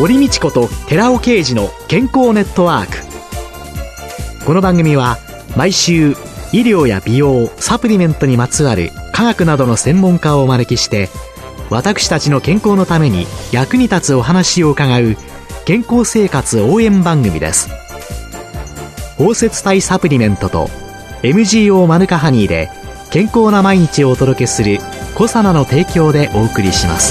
堀道子と寺尾啓二の健康ネットワーク。この番組は毎週医療や美容、サプリメントにまつわる科学などの専門家をお招きして、私たちの健康のために役に立つお話を伺う健康生活応援番組です。包摂体サプリメントと MGO マヌカハニーで健康な毎日をお届けするコサナの提供でお送りします。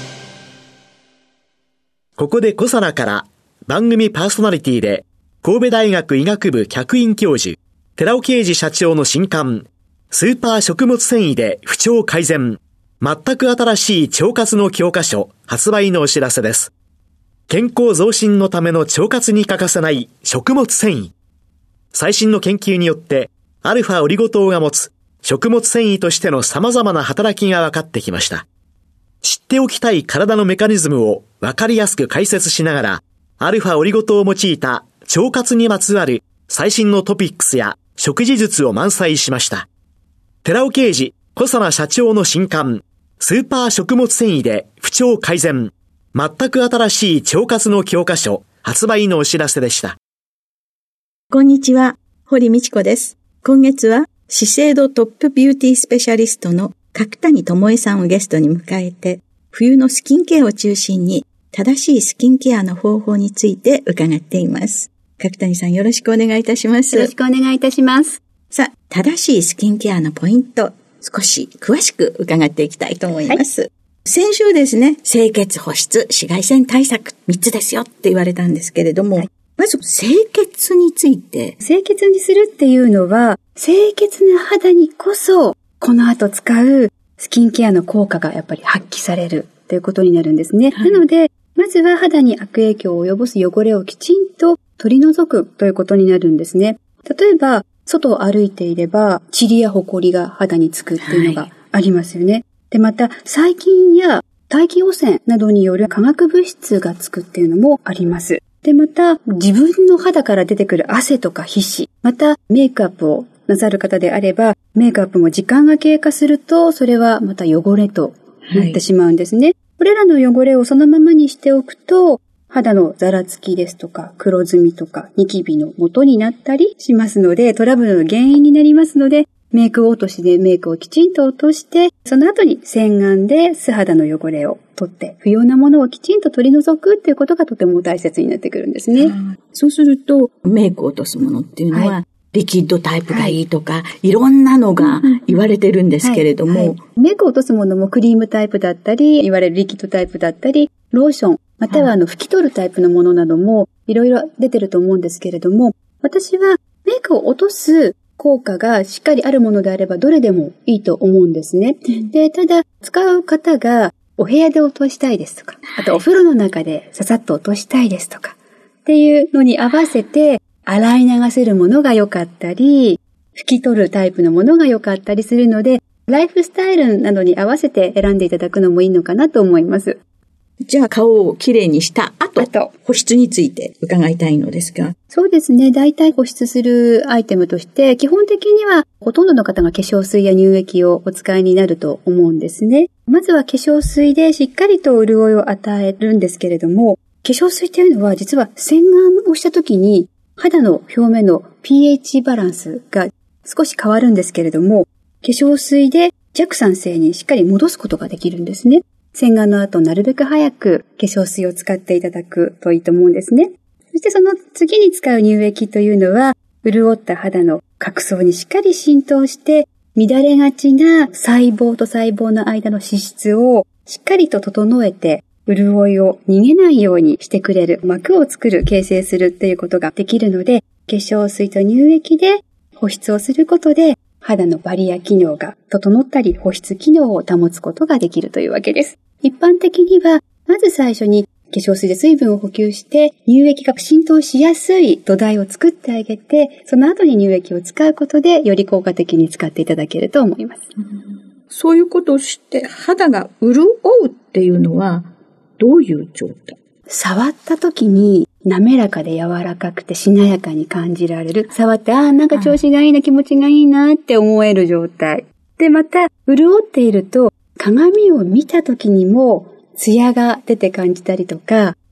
ここでコサナから番組パーソナリティで神戸大学医学部客員教授寺尾啓二社長の新刊スーパー食物繊維で不調改善、全く新しい腸活の教科書発売のお知らせです。健康増進のための腸活に欠かせない食物繊維。最新の研究によってアルファオリゴ糖が持つ食物繊維としての様々な働きが分かってきました。知っておきたい体のメカニズムを分かりやすく解説しながら、アルファオリゴ糖を用いた腸活にまつわる最新のトピックスや食事術を満載しました。寺尾啓二、小佐奈社長の新刊、スーパー食物繊維で不調改善、全く新しい腸活の教科書発売のお知らせでした。 こんにちは、堀道子です。今月は資生堂トップビューティースペシャリストの角谷智恵さんをゲストに迎えて、冬のスキンケアを中心に正しいスキンケアの方法について伺っています。角谷さん、よろしくお願いいたします。 よろしくお願いいたします。 さあ、正しいスキンケアのポイント、少し詳しく伺っていきたいと思います。はい、先週ですね、清潔保湿、紫外線対策3つですよって言われたんですけれども、はい、まず清潔について。 清潔にするっていうのは、清潔な肌にこそ、この後使うスキンケアの効果がやっぱり発揮されるということになるんですね。はい、なので、まずは肌に悪影響を及ぼす汚れをきちんと取り除くということになるんですね。例えば、外を歩いていれば、塵や埃が肌につくっていうのがありますよね。はい、で、また、細菌や大気汚染などによる化学物質がつくっていうのもあります。で、また、自分の肌から出てくる汗とか皮脂、また、メイクアップをなさる方であれば、メイクアップも時間が経過すると、それはまた汚れとなってしまうんですね。はい、これらの汚れをそのままにしておくと、肌のざらつきですとか、黒ずみとか、ニキビの元になったりしますので、トラブルの原因になりますので、メイク落としでメイクをきちんと落として、その後に洗顔で素肌の汚れを取って、不要なものをきちんと取り除くっていうことがとても大切になってくるんですね。 そうすると、メイクを落とすものっていうのは、はい、リキッドタイプがいいとか、いろんなのが言われてるんですけれども、 メイクを落とすものもクリームタイプだったり、いわれるリキッドタイプだったり、ローション、または拭き取るタイプのものなどもいろいろ出てると思うんですけれども、私はメイクを落とす効果がしっかりあるものであればどれでもいいと思うんですね。で、ただ使う方がお部屋で落としたいですとか、あとお風呂の中でささっと落としたいですとかっていうのに合わせて洗い流せるものが良かったり、拭き取るタイプのものが良かったりするので、ライフスタイルなどに合わせて選んでいただくのもいいのかなと思います。 じゃあ顔をきれいにした後、保湿について伺いたいのですが。 そうですね。大体保湿するアイテムとして、基本的にはほとんどの方が化粧水や乳液をお使いになると思うんですね。まずは化粧水でしっかりと潤いを与えるんですけれども、化粧水っていうのは実は洗顔をした時に肌の表面の pH バランスが少し変わるんですけれども、化粧水で弱酸性にしっかり戻すことができるんですね。洗顔の後、なるべく早く化粧水を使っていただくといいと思うんですね。そしてその次に使う乳液というのは、潤った肌の角層にしっかり浸透して、乱れがちな細胞と細胞の間の脂質をしっかりと整えて、潤いを逃げないようにしてくれる、膜を作る、形成するっていうことができるので、化粧水と乳液で保湿をすることで、肌のバリア機能が整ったり保湿機能を保つことができるというわけです。一般的には、まず最初に化粧水で水分を補給して、乳液が浸透しやすい土台を作ってあげて、その後に乳液を使うことで、より効果的に使っていただけると思います。 そういうことをして肌が潤うっていうのは、どういう状態？ 触った時に滑らかで柔らかくてしなやかに感じられる。触って、なんか調子がいいな、気持ちがいいなって思える状態。で、また、潤っていると、鏡を見た時にも、艶が出て感じたりとか、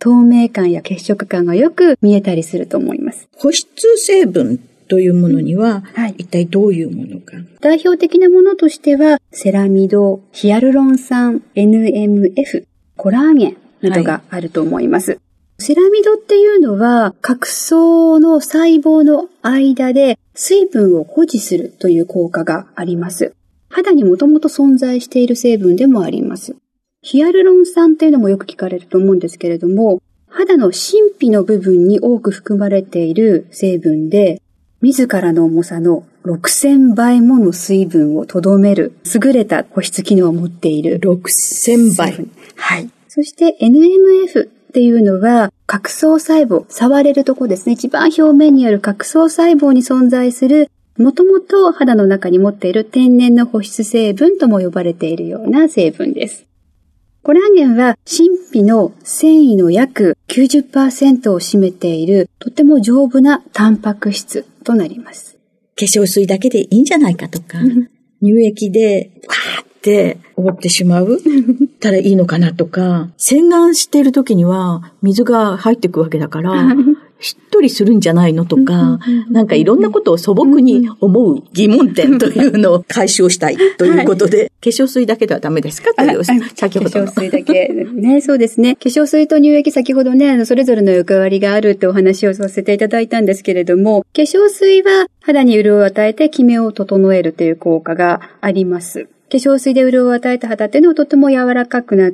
透明感や血色感がよく見えたりすると思います。 保湿成分というものには、一体どういうものか。 代表的なものとしては、セラミド、ヒアルロン酸、NMF、コラーゲンなどがあると思います。セラミドっていうのは、角層の細胞の間で水分を保持するという効果があります。肌にもともと存在している成分でもあります。ヒアルロン酸っていうのもよく聞かれると思うんですけれども、肌の真皮の部分に多く含まれている成分で、自らの重さの6000倍もの水分を留める優れた保湿機能を持っている。 6000倍。 はい。そして NMF っていうのは角層細胞、触れるとこですね。一番表面にある角層細胞に存在する、もともと肌の中に持っている天然の保湿成分とも呼ばれているような成分です。コラーゲンは真皮の繊維の約 90% を占めているとても丈夫なタンパク質となります。 化粧水だけでいいんじゃないかとか、乳液でわーって覆ってしまうたらいいのかなとか、洗顔している時には水が入っていくわけだから、しっとりするんじゃないのとか、なんかいろんなことを素朴に思う疑問点というのを解消したいということで、化粧水だけではダメですかという、先ほどの。 化粧水だけ。ね、そうですね。化粧水と乳液先ほどね、それぞれの役割があるってお話をさせていただいたんですけれども、化粧水は肌に潤いを与えてキメを整えるという効果があります。化粧水で潤いを与えた肌っていうのはとても柔らかくなって、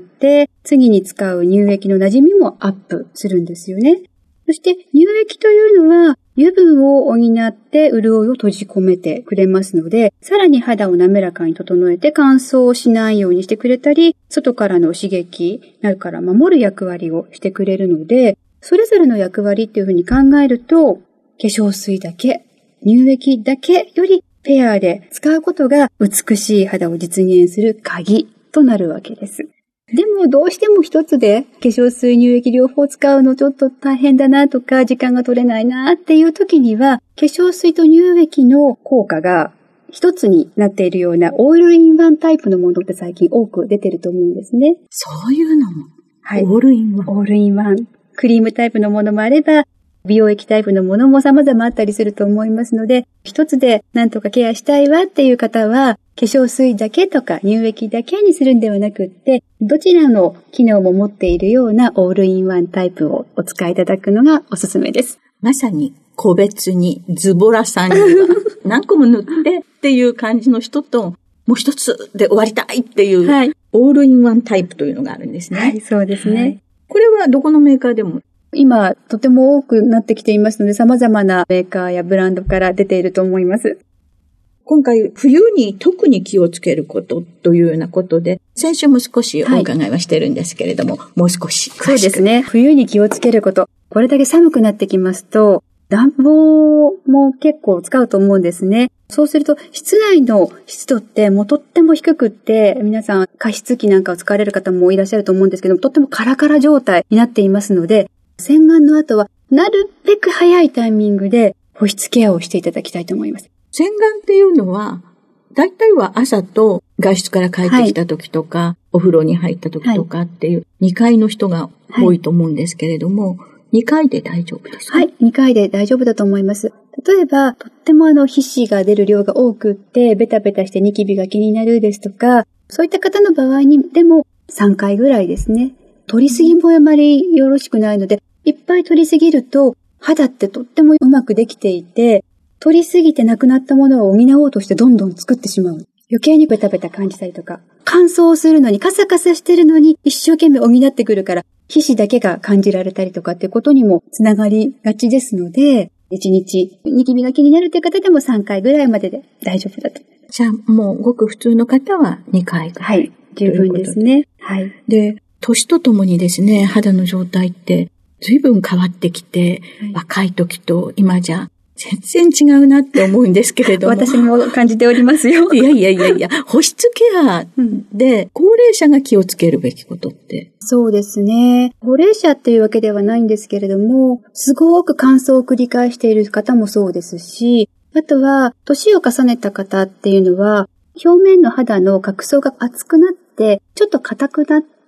次に使う乳液の馴染みもアップするんですよね。そして乳液というのは油分を補って潤いを閉じ込めてくれますので、さらに肌を滑らかに整えて乾燥をしないようにしてくれたり、外からの刺激などから守る役割をしてくれるので、それぞれの役割っていうふうに考えると、化粧水だけ、乳液だけよりペアで使うことが美しい肌を実現する鍵となるわけです。でもどうしても一つで化粧水、乳液両方使うのちょっと大変だなとか時間が取れないなっていう時には、化粧水と乳液の効果が一つになっているようなオールインワンタイプのものって最近多く出てると思うんですね。 そういうのも。 はい。 オールインワン。 オールインワン。クリームタイプのものもあれば、美容液タイプのものも様々あったりすると思いますので、一つでなんとかケアしたいわっていう方は、化粧水だけとか乳液だけにするんではなくって、どちらの機能も持っているようなオールインワンタイプをお使いいただくのがおすすめです。 まさに個別にズボラさんには何個も塗ってっていう感じの人と、もう一つで終わりたいっていう、はい、オールインワンタイプというのがあるんですね。 はい、そうですね。はい、 これはどこのメーカーでも今、とても多くなってきていますので、様々なメーカーやブランドから出ていると思います。 今回、冬に特に気をつけることというようなことで、先週も少しお伺いはしてるんですけれども、もう少し詳しく。 そうですね。冬に気をつけること。これだけ寒くなってきますと、暖房も結構使うと思うんですね。そうすると、室内の湿度ってもうとっても低くって、皆さん加湿器なんかを使われる方もいらっしゃると思うんですけども、とってもカラカラ状態になっていますので、洗顔の後は、なるべく早いタイミングで保湿ケアをしていただきたいと思います。 洗顔っていうのは、大体は朝と外出から帰ってきた時とか、はい、お風呂に入った時とかっていう、2回の人が多いと思うんですけれども、2回で大丈夫ですか？ はい、2回で大丈夫だと思います。例えば、とっても皮脂が出る量が多くって、ベタベタしてニキビが気になるですとか、そういった方の場合にでも3回ぐらいですね。取りすぎもあまりよろしくないので、いっぱい取りすぎると、肌ってとってもうまくできていて、取りすぎてなくなったものを補おうとしてどんどん作ってしまう。余計にベタベタ感じたりとか、乾燥するのにカサカサしてるのに一生懸命補ってくるから、皮脂だけが感じられたりとかっていうことにもつながりがちですので、1日ニキビが気になるっていう方でも3回ぐらいまでで大丈夫だと。 じゃあもうごく普通の方は2回ぐらい。 はい、十分ですね。はい。 で、年とともにですね、肌の状態って随分変わってきて、はい、若い時と今じゃ全然違うなって思うんですけれども。 私も感じておりますよ。 いや、保湿ケアで高齢者が気をつけるべきことって。 そうですね。高齢者っていうわけではないんですけれども、すごく乾燥を繰り返している方もそうですし、あとは年を重ねた方っていうのは、表面の肌の角層が厚くなって、ちょっと硬くなって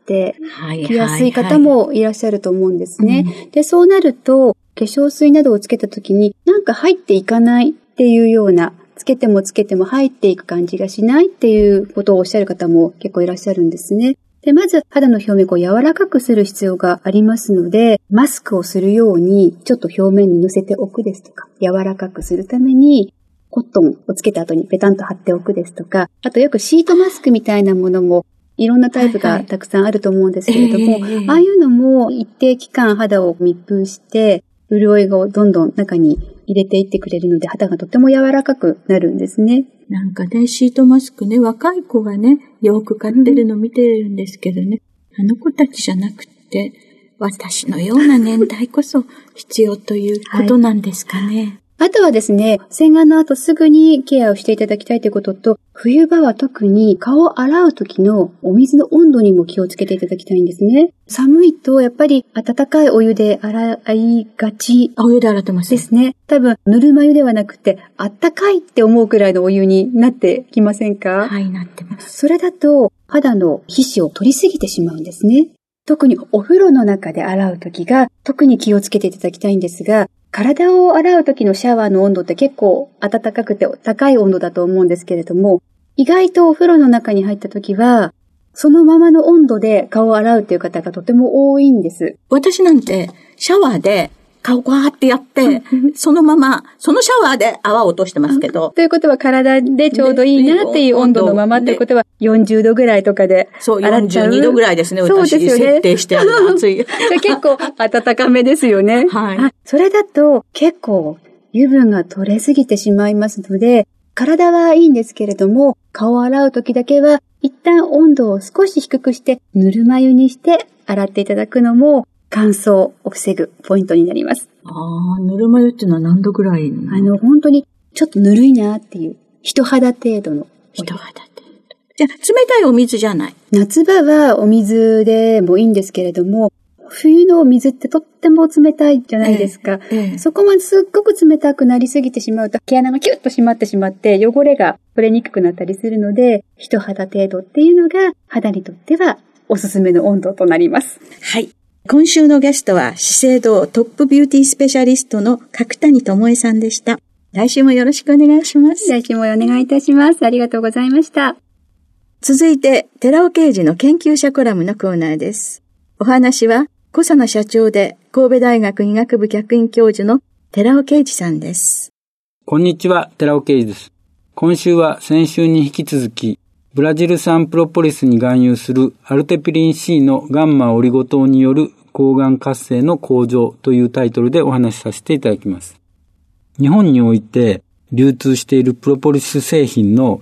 ってきやすい方もいらっしゃると思うんですね。で、そうなると、化粧水などをつけた時になんか入っていかないっていうような、つけても入っていく感じがしないっていうことをおっしゃる方も結構いらっしゃるんですね。で、まず肌の表面を柔らかくする必要がありますので、マスクをするようにちょっと表面に乗せておくですとか、柔らかくするためにコットンをつけた後にペタンと貼っておくですとか、あとよくシートマスクみたいなものもいろんなタイプがたくさんあると思うんですけれども、ああいうのも一定期間肌を密封して、潤いをどんどん中に入れていってくれるので、肌がとても柔らかくなるんですね。 なんかね、シートマスクね、若い子がね、よく買ってるの見てるんですけどね、あの子たちじゃなくて、私のような年代こそ必要ということなんですかね。 あとはですね、洗顔の後すぐにケアをしていただきたいということと、冬場は特に顔を洗う時のお水の温度にも気をつけていただきたいんですね。寒いとやっぱり温かいお湯で洗いがち。 お湯で洗ってますですね。多分、ぬるま湯ではなくて、あったかいって思うくらいのお湯になってきませんか？ はい、なってます。 それだと肌の皮脂を取りすぎてしまうんですね。特にお風呂の中で洗う時が特に気をつけていただきたいんですが、体を洗う時のシャワーの温度って結構暖かくて高い温度だと思うんですけれども、意外とお風呂の中に入った時は、そのままの温度で顔を洗うという方がとても多いんです。 私なんてシャワーで顔ガーってやって、そのまま、そのシャワーで泡を落としてますけど。 ということは体でちょうどいいなっていう温度のままということは40度ぐらいとかで洗っちゃう。 そう、42度ぐらいですね。 そうですよね。 設定してある暑い。 結構暖かめですよね。 はい。 それだと結構油分が取れすぎてしまいますので、体はいいんですけれども、顔を洗う時だけは一旦温度を少し低くしてぬるま湯にして洗っていただくのも乾燥を防ぐポイントになります。 ぬるま湯っていうのは何度ぐらい？ 本当にちょっとぬるいなっていう人肌程度の。 人肌程度。じゃあ冷たいお水じゃない？ 夏場はお水でもいいんですけれども、冬のお水ってとっても冷たいじゃないですか。そこまですっごく冷たくなりすぎてしまうと毛穴がキュッと締まってしまって汚れが取れにくくなったりするので、人肌程度っていうのが肌にとってはおすすめの温度となります。 はい。今週のゲストは資生堂トップビューティースペシャリストの角谷智恵さんでした。来週もよろしくお願いします。 来週もお願いいたします。ありがとうございました。 続いて、寺尾啓二の研究者コラムのコーナーです。お話は、小佐野社長で神戸大学医学部客員教授の寺尾啓二さんです。 こんにちは、寺尾啓二です。今週は先週に引き続き、ブラジル産プロポリスに含有するアルテピリン C のガンマオリゴ糖による抗がん活性の向上というタイトルでお話しさせていただきます。日本において流通しているプロポリス製品の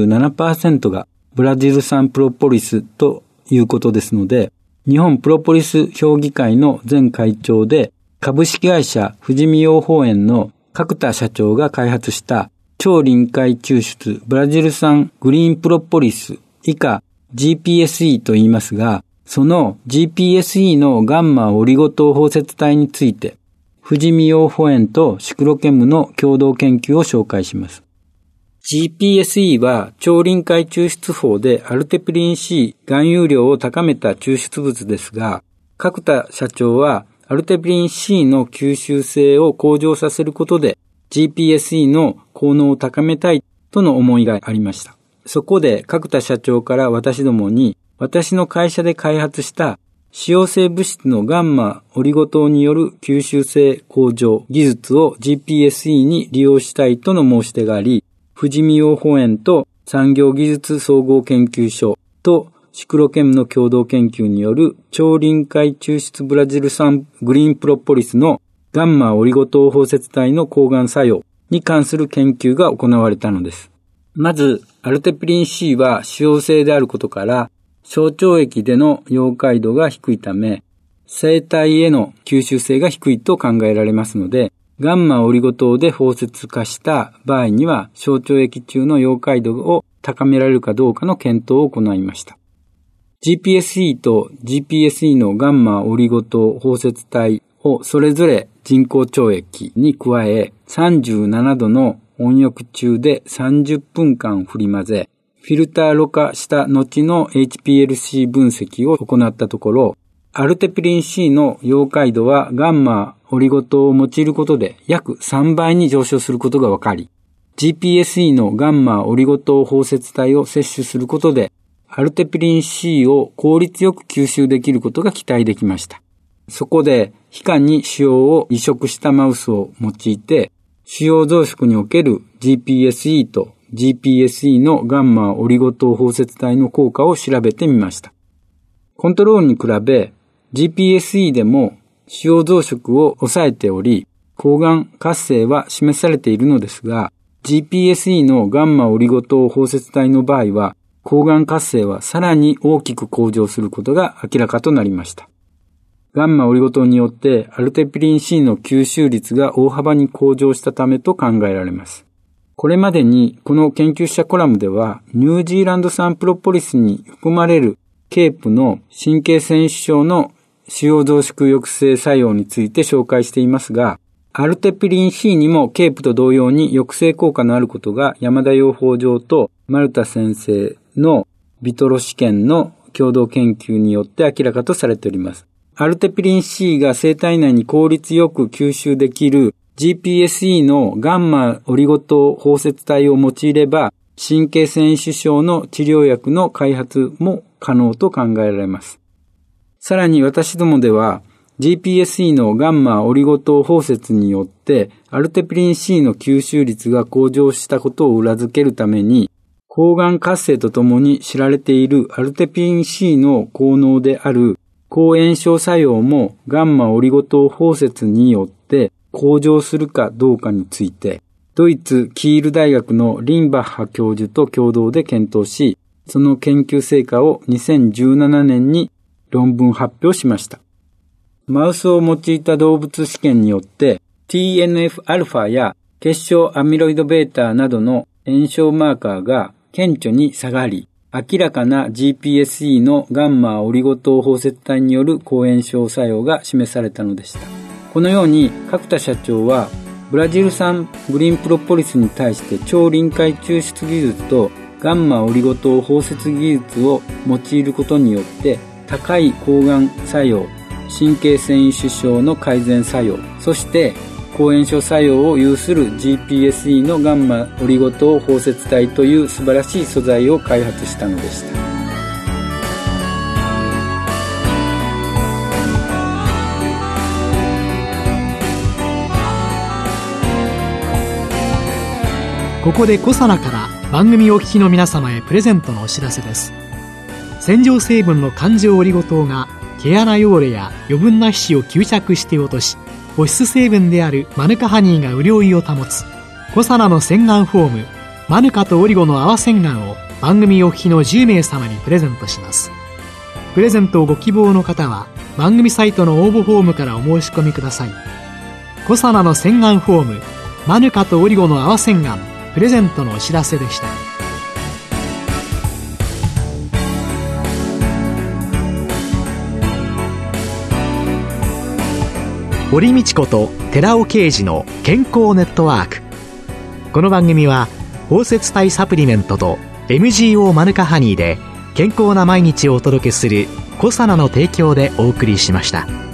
97% がブラジル産プロポリスということですので、日本プロポリス評議会の前会長で株式会社富士見養蜂園の角田社長が開発した超臨界抽出ブラジル産グリーンプロポリス以下 GPSE と言いますが、その GPSE のガンマオリゴ糖包摂体について富士見養蜂園とシクロケムの共同研究を紹介します。GPSE は超臨界抽出法でアルテピリン C 含有量を高めた抽出物ですが、角田社長はアルテピリン C の吸収性を向上させることで GPSE の効能を高めたいとの思いがありました。そこで角田社長から私どもに私の会社で開発した使用性物質のガンマオリゴ糖による吸収性向上技術を GPSE に利用したいとの申し出があり、富士見養蜂園と産業技術総合研究所とシクロケムの共同研究による超臨界抽出ブラジル産グリーンプロポリスのガンマオリゴ糖包摂体の抗がん作用に関する研究が行われたのです。まず、アルテピリン C は腫瘍性であることから、小腸液での溶解度が低いため、生体への吸収性が低いと考えられますので、ガンマオリゴ糖で包摂化した場合には、小腸液中の溶解度を高められるかどうかの検討を行いました。GPSE と GPSE のガンマオリゴ糖包摂体をそれぞれ人工腸液に加え、37度の温浴中で30分間振り混ぜ、 フィルターろ過した後の HPLC 分析を行ったところ、アルテピリン C の溶解度はガンマオリゴ糖を用いることで約3倍に上昇することが分かり、GPSE のガンマオリゴ糖包摂体を摂取することで、アルテピリン C を効率よく吸収できることが期待できました。そこで、皮下に腫瘍を移植したマウスを用いて、腫瘍増殖における GPSE と GPSE のガンマオリゴ糖包摂体の効果を調べてみました。コントロールに比べ、GPSE でも腫瘍増殖を抑えており、抗がん活性は示されているのですが、GPSE のガンマオリゴ糖包摂体の場合は、抗がん活性はさらに大きく向上することが明らかとなりました。ガンマオリゴ糖によってアルテピリン C の吸収率が大幅に向上したためと考えられます。これまでにこの研究者コラムでは、ニュージーランド産プロポリスに含まれるケープの神経線維腫症の腫瘍増殖抑制作用について紹介していますが、アルテピリン C にもケープと同様に抑制効果のあることが山田養蜂場と丸田先生のビトロ試験の共同研究によって明らかとされております。アルテピリン C が生体内に効率よく吸収できる GPSE のガンマオリゴ糖包摂体を用いれば、神経線維腫症の治療薬の開発も可能と考えられます。さらに私どもでは、GPSE のガンマオリゴ糖包摂によってアルテピリン C の吸収率が向上したことを裏付けるために、抗がん活性とともに知られているアルテピリン C の効能である抗炎症作用もガンマオリゴ糖包摂によって向上するかどうかについて、ドイツキール大学のリンバッハ教授と共同で検討し、その研究成果を2017年に論文発表しました。マウスを用いた動物試験によって TNF-α や結晶アミロイド β などの炎症マーカーが顕著に下がり、明らかな GPSE のガンマオリゴ糖包摂体による抗炎症作用が示されたのでした。このように角田社長はブラジル産グリーンプロポリスに対して超臨界抽出技術とガンマオリゴ糖包摂技術を用いることによって高い抗がん作用、神経線維腫症の改善作用、そして抗炎症作用を有する GPSE のガンマオリゴ糖包摂体という素晴らしい素材を開発したのでした。 ここでコサナから番組お聞きの皆様へプレゼントのお知らせです。洗浄成分の環状オリゴ糖が毛穴汚れや余分な皮脂を吸着して落とし、保湿成分であるマヌカハニーが潤いを保つコサナの洗顔フォームマヌカとオリゴの泡洗顔を番組お聞きの10名様にプレゼントします。プレゼントをご希望の方は番組サイトの応募フォームからお申し込みください。コサナの洗顔フォームマヌカとオリゴの泡洗顔プレゼントのお知らせでした。堀道子と寺尾啓二の健康ネットワーク。この番組は包摂体サプリメントと MGO マヌカハニーで健康な毎日をお届けするコサナの提供でお送りしました。